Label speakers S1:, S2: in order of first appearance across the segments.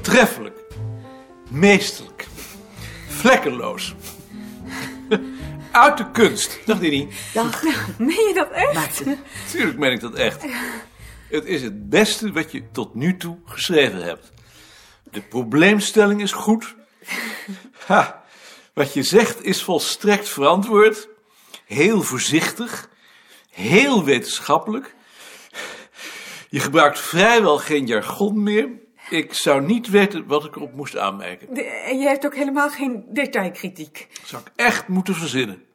S1: Voortreffelijk. Meesterlijk. Vlekkeloos. Uit de kunst. Dag Dini.
S2: Dag. Meen je dat echt?
S1: Tuurlijk meen ik dat echt. Het is het beste wat je tot nu toe geschreven hebt. De probleemstelling is goed. Ha, wat je zegt is volstrekt verantwoord. Heel voorzichtig. Heel wetenschappelijk. Je gebruikt vrijwel geen jargon meer. Ik zou niet weten wat ik erop moest aanmerken.
S2: En je hebt ook helemaal geen detailkritiek.
S1: Dat zou ik echt moeten verzinnen.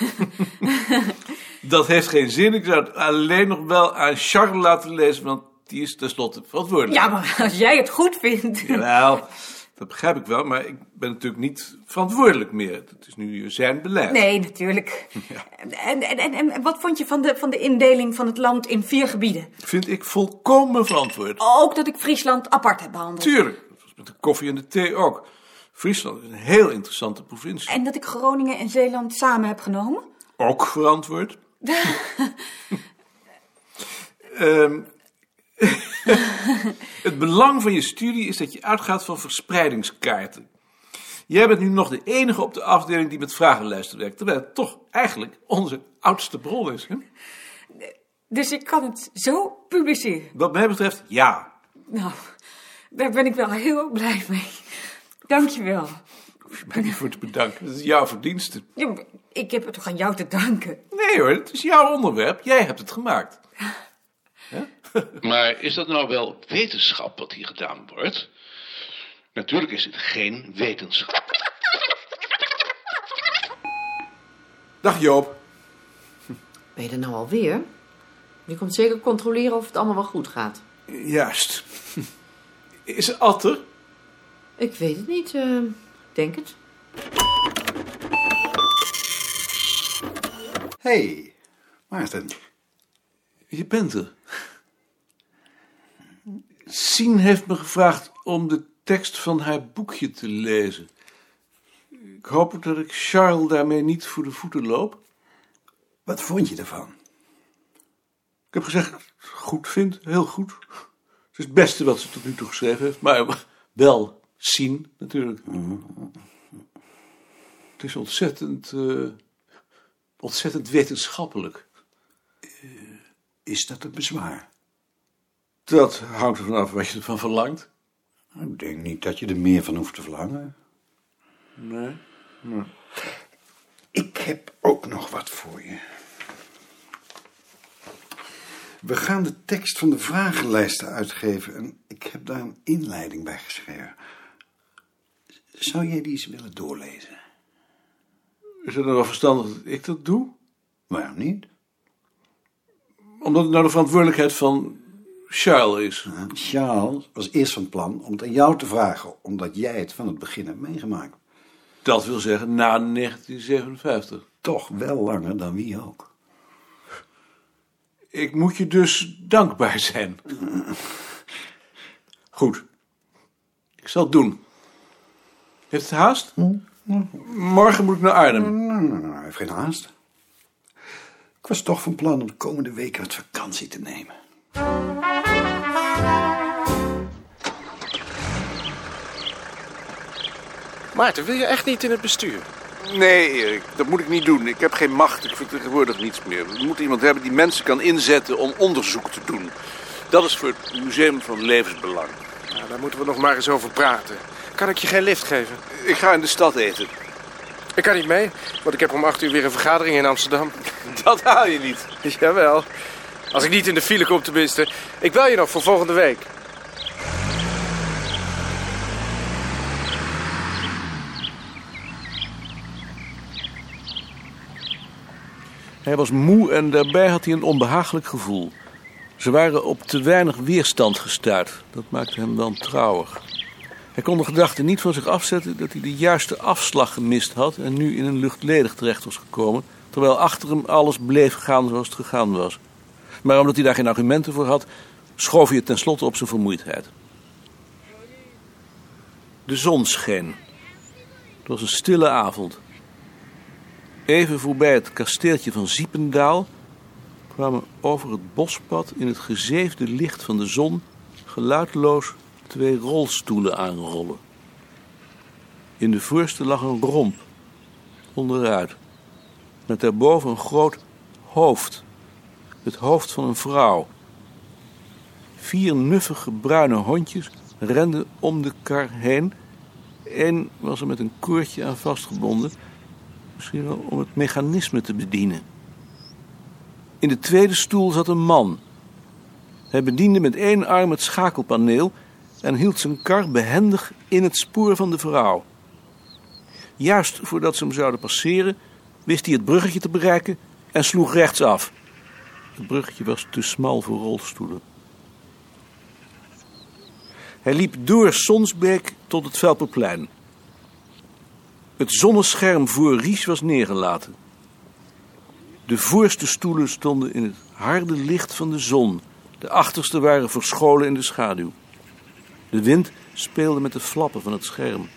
S1: Dat heeft geen zin. Ik zou het alleen nog wel aan Charles laten lezen, want die is tenslotte verantwoordelijk.
S2: Ja, maar als jij het goed vindt.
S1: Jawel, dat begrijp ik wel, maar ik ben natuurlijk niet verantwoordelijk meer. Het is nu zijn beleid.
S2: Nee, natuurlijk.
S1: Ja.
S2: En wat vond je van de indeling van het land in 4 gebieden?
S1: Vind ik volkomen verantwoord.
S2: Ook dat ik Friesland apart heb behandeld.
S1: Tuurlijk, dat was met de koffie en de thee ook. Friesland is een heel interessante provincie.
S2: En dat ik Groningen en Zeeland samen heb genomen?
S1: Ook verantwoord. Het belang van je studie is dat je uitgaat van verspreidingskaarten. Jij bent nu nog de enige op de afdeling die met vragenlijsten werkt, terwijl het toch eigenlijk onze oudste bron is. Hè?
S2: Dus ik kan het zo publiceren?
S1: Wat mij betreft, ja.
S2: Nou, daar ben ik wel heel blij mee. Dank je wel.
S1: Hoef je mij niet voor te bedanken, dat is jouw verdienste.
S2: Ja, maar ik heb het toch aan jou te danken?
S1: Nee hoor, het is jouw onderwerp, jij hebt het gemaakt.
S3: Maar is dat nou wel wetenschap wat hier gedaan wordt? Natuurlijk is het geen wetenschap.
S1: Dag Joop.
S4: Ben je er nou alweer? Je komt zeker controleren of het allemaal wel goed gaat.
S1: Juist. Is er Atter?
S4: Ik weet het niet, denk het.
S5: Hey, Maarten.
S1: Je bent er. Sien heeft me gevraagd om de tekst van haar boekje te lezen. Ik hoop dat ik Charles daarmee niet voor de voeten loop.
S5: Wat vond je ervan?
S1: Ik heb gezegd dat ik het goed vind, heel goed. Het is het beste wat ze tot nu toe geschreven heeft, maar wel Sien natuurlijk. Het is ontzettend wetenschappelijk.
S5: Is dat een bezwaar?
S1: Dat hangt er vanaf wat je ervan verlangt.
S5: Ik denk niet dat je er meer van hoeft te verlangen.
S1: Nee.
S5: Ik heb ook nog wat voor je. We gaan de tekst van de vragenlijsten uitgeven en ik heb daar een inleiding bij geschreven. Zou jij die eens willen doorlezen?
S1: Is het dan wel verstandig dat ik dat doe?
S5: Waarom niet?
S1: Omdat het nou de verantwoordelijkheid van Charles is.
S5: Charles was eerst van plan om het aan jou te vragen, omdat jij het van het begin hebt meegemaakt.
S1: Dat wil zeggen na 1957.
S5: Toch wel langer dan wie ook.
S1: Ik moet je dus dankbaar zijn. Goed. Ik zal het doen. Heeft het haast? Morgen moet ik naar Arnhem.
S5: Nou, hij heeft geen haast. Ik was toch van plan om de komende weken wat vakantie te nemen.
S6: Maarten, wil je echt niet in het bestuur?
S1: Nee, Erik, dat moet ik niet doen. Ik heb geen macht, ik vertegenwoordig niets meer. We moeten iemand hebben die mensen kan inzetten om onderzoek te doen. Dat is voor het Museum van Levensbelang.
S6: Nou, daar moeten we nog maar eens over praten. Kan ik je geen lift geven?
S1: Ik ga in de stad eten.
S6: Ik kan niet mee, want ik heb om 8 uur weer een vergadering in Amsterdam.
S1: Dat haal je niet.
S6: Jawel. Als ik niet in de file kom tenminste. Ik bel je nog voor volgende week.
S1: Hij was moe en daarbij had hij een onbehagelijk gevoel. Ze waren op te weinig weerstand gestuit. Dat maakte hem wantrouwig. Hij kon de gedachte niet van zich afzetten dat hij de juiste afslag gemist had en nu in een luchtledig terecht was gekomen, terwijl achter hem alles bleef gaan zoals het gegaan was. Maar omdat hij daar geen argumenten voor had, schoof hij het tenslotte op zijn vermoeidheid. De zon scheen. Het was een stille avond. Even voorbij het kasteeltje van Ziependaal kwamen over het bospad in het gezeefde licht van de zon geluidloos 2 rolstoelen aanrollen. In de voorste lag een romp, onderuit, met daarboven een groot hoofd. Het hoofd van een vrouw. 4 nuffige bruine hondjes renden om de kar heen. 1 was er met een koordje aan vastgebonden, misschien wel om het mechanisme te bedienen. In de tweede stoel zat een man. Hij bediende met 1 arm het schakelpaneel en hield zijn kar behendig in het spoor van de vrouw. Juist voordat ze hem zouden passeren, wist hij het bruggetje te bereiken en sloeg rechtsaf. Het bruggetje was te smal voor rolstoelen. Hij liep door Sonsbeek tot het Velperplein. Het zonnescherm voor Ries was neergelaten. De voorste stoelen stonden in het harde licht van de zon. De achterste waren verscholen in de schaduw. De wind speelde met de flappen van het scherm.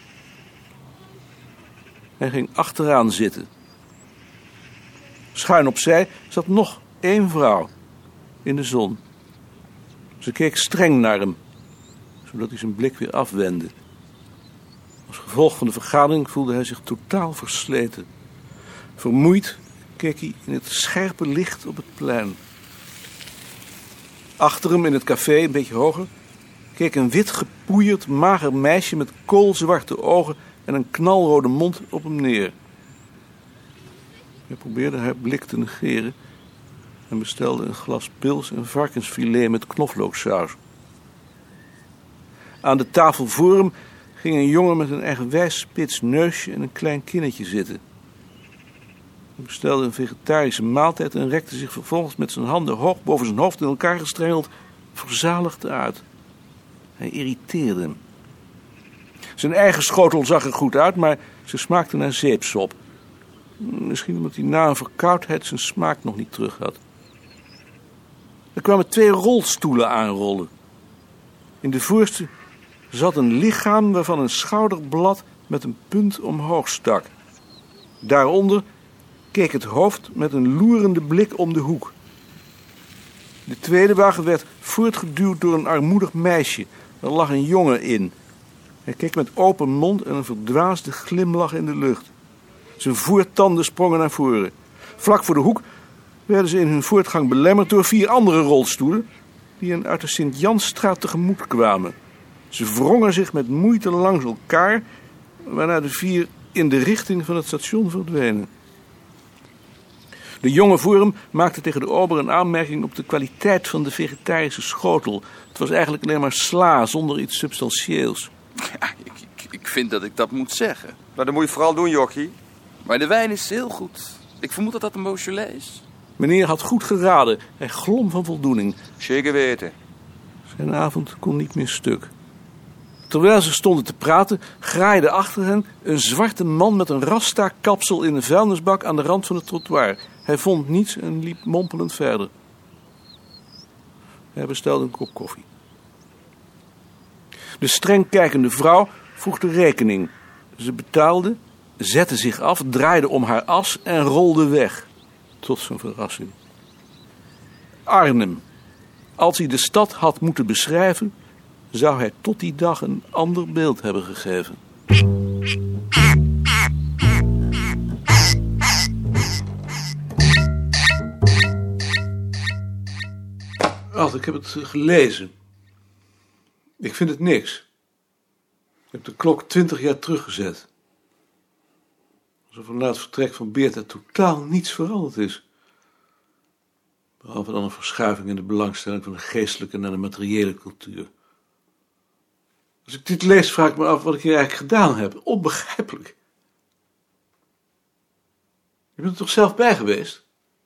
S1: Hij ging achteraan zitten. Schuin opzij zat nog 1 vrouw in de zon. Ze keek streng naar hem, zodat hij zijn blik weer afwendde. Als gevolg van de vergadering voelde hij zich totaal versleten. Vermoeid keek hij in het scherpe licht op het plein. Achter hem in het café, een beetje hoger, keek een wit gepoeierd, mager meisje met koolzwarte ogen en een knalrode mond op hem neer. Hij probeerde haar blik te negeren en bestelde een glas pils en varkensfilet met knoflooksaus. Aan de tafel voor hem ging een jongen met een eigenwijs spits neusje en een klein kinnetje zitten. Hij bestelde een vegetarische maaltijd en rekte zich vervolgens met zijn handen hoog boven zijn hoofd in elkaar gestrengeld verzaligd uit. Hij irriteerde hem. Zijn eigen schotel zag er goed uit, maar ze smaakte naar zeepsop. Misschien omdat hij na een verkoudheid zijn smaak nog niet terug had. Er kwamen 2 rolstoelen aanrollen. In de voorste zat een lichaam waarvan een schouderblad met een punt omhoog stak. Daaronder keek het hoofd met een loerende blik om de hoek. De tweede wagen werd voortgeduwd door een armoedig meisje. Er lag een jongen in. Hij keek met open mond en een verdwaasde glimlach in de lucht. Zijn voortanden sprongen naar voren. Vlak voor de hoek werden ze in hun voortgang belemmerd door 4 andere rolstoelen die hen uit de Sint-Jansstraat tegemoet kwamen. Ze wrongen zich met moeite langs elkaar, waarna de 4 in de richting van het station verdwenen. De jongen voor hem maakte tegen de ober een aanmerking op de kwaliteit van de vegetarische schotel. Het was eigenlijk alleen maar sla zonder iets substantieels.
S7: Ja, ik vind dat ik dat moet zeggen.
S6: Nou, dat moet je vooral doen, Jokkie.
S7: Maar de wijn is heel goed. Ik vermoed dat dat een Beaujolais is.
S1: Meneer had goed geraden. Hij glom van voldoening.
S6: Zeker weten.
S1: Zijn avond kon niet meer stuk. Terwijl ze stonden te praten, graaide achter hen een zwarte man met een rasta-kapsel in een vuilnisbak aan de rand van het trottoir. Hij vond niets en liep mompelend verder. Hij bestelde een kop koffie. De streng kijkende vrouw vroeg de rekening. Ze betaalde, zette zich af, draaide om haar as en rolde weg. Tot zijn verrassing. Arnhem. Als hij de stad had moeten beschrijven, zou hij tot die dag een ander beeld hebben gegeven. Ad, ik heb het gelezen. Ik vind het niks. Ik heb de klok 20 jaar teruggezet. Alsof er na het vertrek van Beerta totaal niets veranderd is. Behalve dan een verschuiving in de belangstelling van de geestelijke naar de materiële cultuur. Als ik dit lees, vraag ik me af wat ik hier eigenlijk gedaan heb. Onbegrijpelijk. Je bent er toch zelf bij geweest?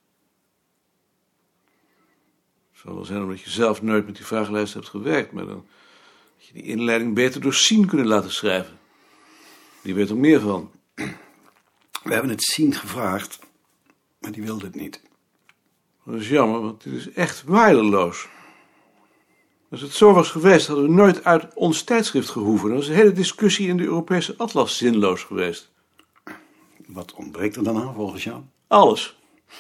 S1: Het zal wel zijn omdat je zelf nooit met die vragenlijst hebt gewerkt, maar dan had je die inleiding beter door Sien kunnen laten schrijven. Die weet er meer van.
S5: We hebben het Sien gevraagd, maar die wilde het niet.
S1: Dat is jammer, want dit is echt waardeloos. Als het zo was geweest, hadden we nooit uit ons tijdschrift gehoeven. Dan was de hele discussie in de Europese atlas zinloos geweest.
S5: Wat ontbreekt er dan aan, volgens jou?
S1: Alles.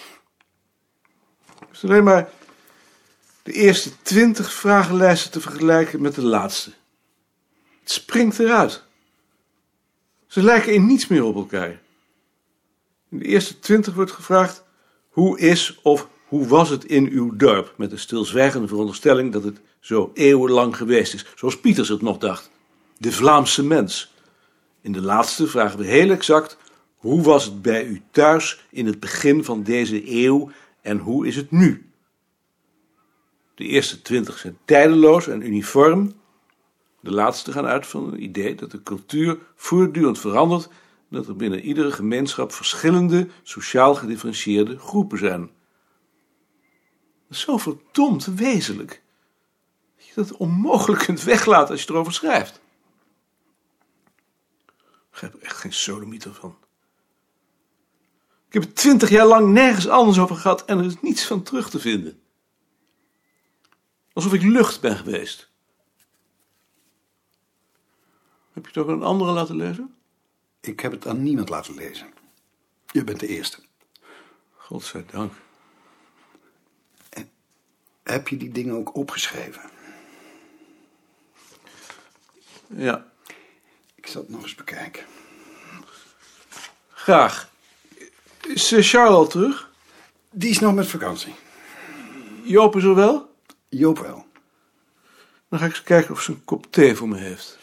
S1: Het is alleen maar de eerste 20 vragenlijsten te vergelijken met de laatste. Het springt eruit. Ze lijken in niets meer op elkaar. In de eerste 20 wordt gevraagd: hoe is of hoe was het in uw dorp? Met de stilzwijgende veronderstelling dat het zo eeuwenlang geweest is, zoals Pieters het nog dacht. De Vlaamse mens. In de laatste vragen we heel exact: hoe was het bij u thuis in het begin van deze eeuw en hoe is het nu? De eerste 20 zijn tijdeloos en uniform. De laatste gaan uit van het idee dat de cultuur voortdurend verandert en dat er binnen iedere gemeenschap verschillende, sociaal gedifferentieerde groepen zijn. Dat is zo verdomd wezenlijk dat je dat onmogelijk kunt weglaten als je erover schrijft. Ik begrijp er echt geen sodemieter van. Ik heb het 20 jaar lang nergens anders over gehad en er is niets van terug te vinden. Alsof ik lucht ben geweest. Heb je het ook aan een andere laten lezen?
S5: Ik heb het aan niemand laten lezen. Je bent de eerste.
S1: Godzijdank.
S5: En heb je die dingen ook opgeschreven?
S1: Ja.
S5: Ik zal het nog eens bekijken.
S1: Graag. Is Charles al terug?
S5: Die is nog met vakantie.
S1: Joop is er wel?
S5: Joop wel.
S1: Dan ga ik eens kijken of ze een kop thee voor me heeft.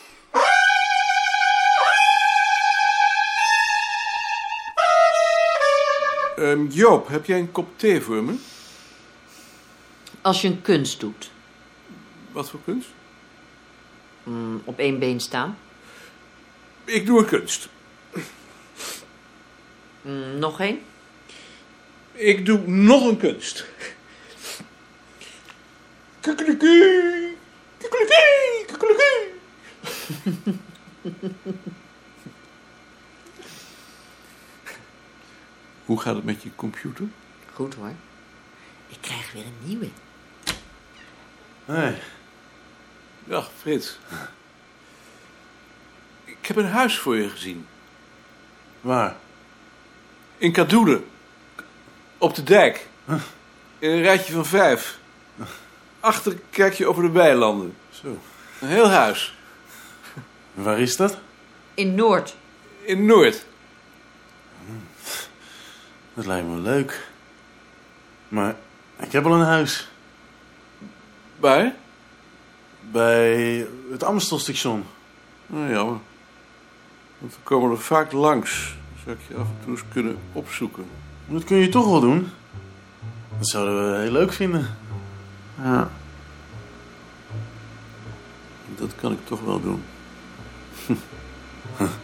S1: Joop, heb jij een kop thee voor me?
S4: Als je een kunst doet.
S1: Wat voor kunst?
S4: Op één been staan.
S1: Ik doe een kunst.
S4: Nog één?
S1: Ik doe nog een kunst. Kukelekee, kukelekee, kukelekee. Hoe gaat het met je computer?
S4: Goed hoor. Ik krijg weer een nieuwe.
S1: Hey. Dag, Frits. Ik heb een huis voor je gezien.
S8: Waar?
S1: In Kadoelen. Op de dijk. In een rijtje van 5. Achter kijk je over de weilanden.
S8: Zo.
S1: Een heel huis.
S8: Waar is dat?
S4: In Noord.
S1: In Noord.
S8: Dat lijkt me leuk. Maar ik heb al een huis.
S1: Waar?
S8: Bij het Amstelstation.
S1: Nou, jammer. Want we komen er vaak langs. Zou ik je af en toe eens kunnen opzoeken.
S8: Dat kun je toch wel doen. Dat zouden we heel leuk vinden.
S1: Ja. Dat kan ik toch wel doen.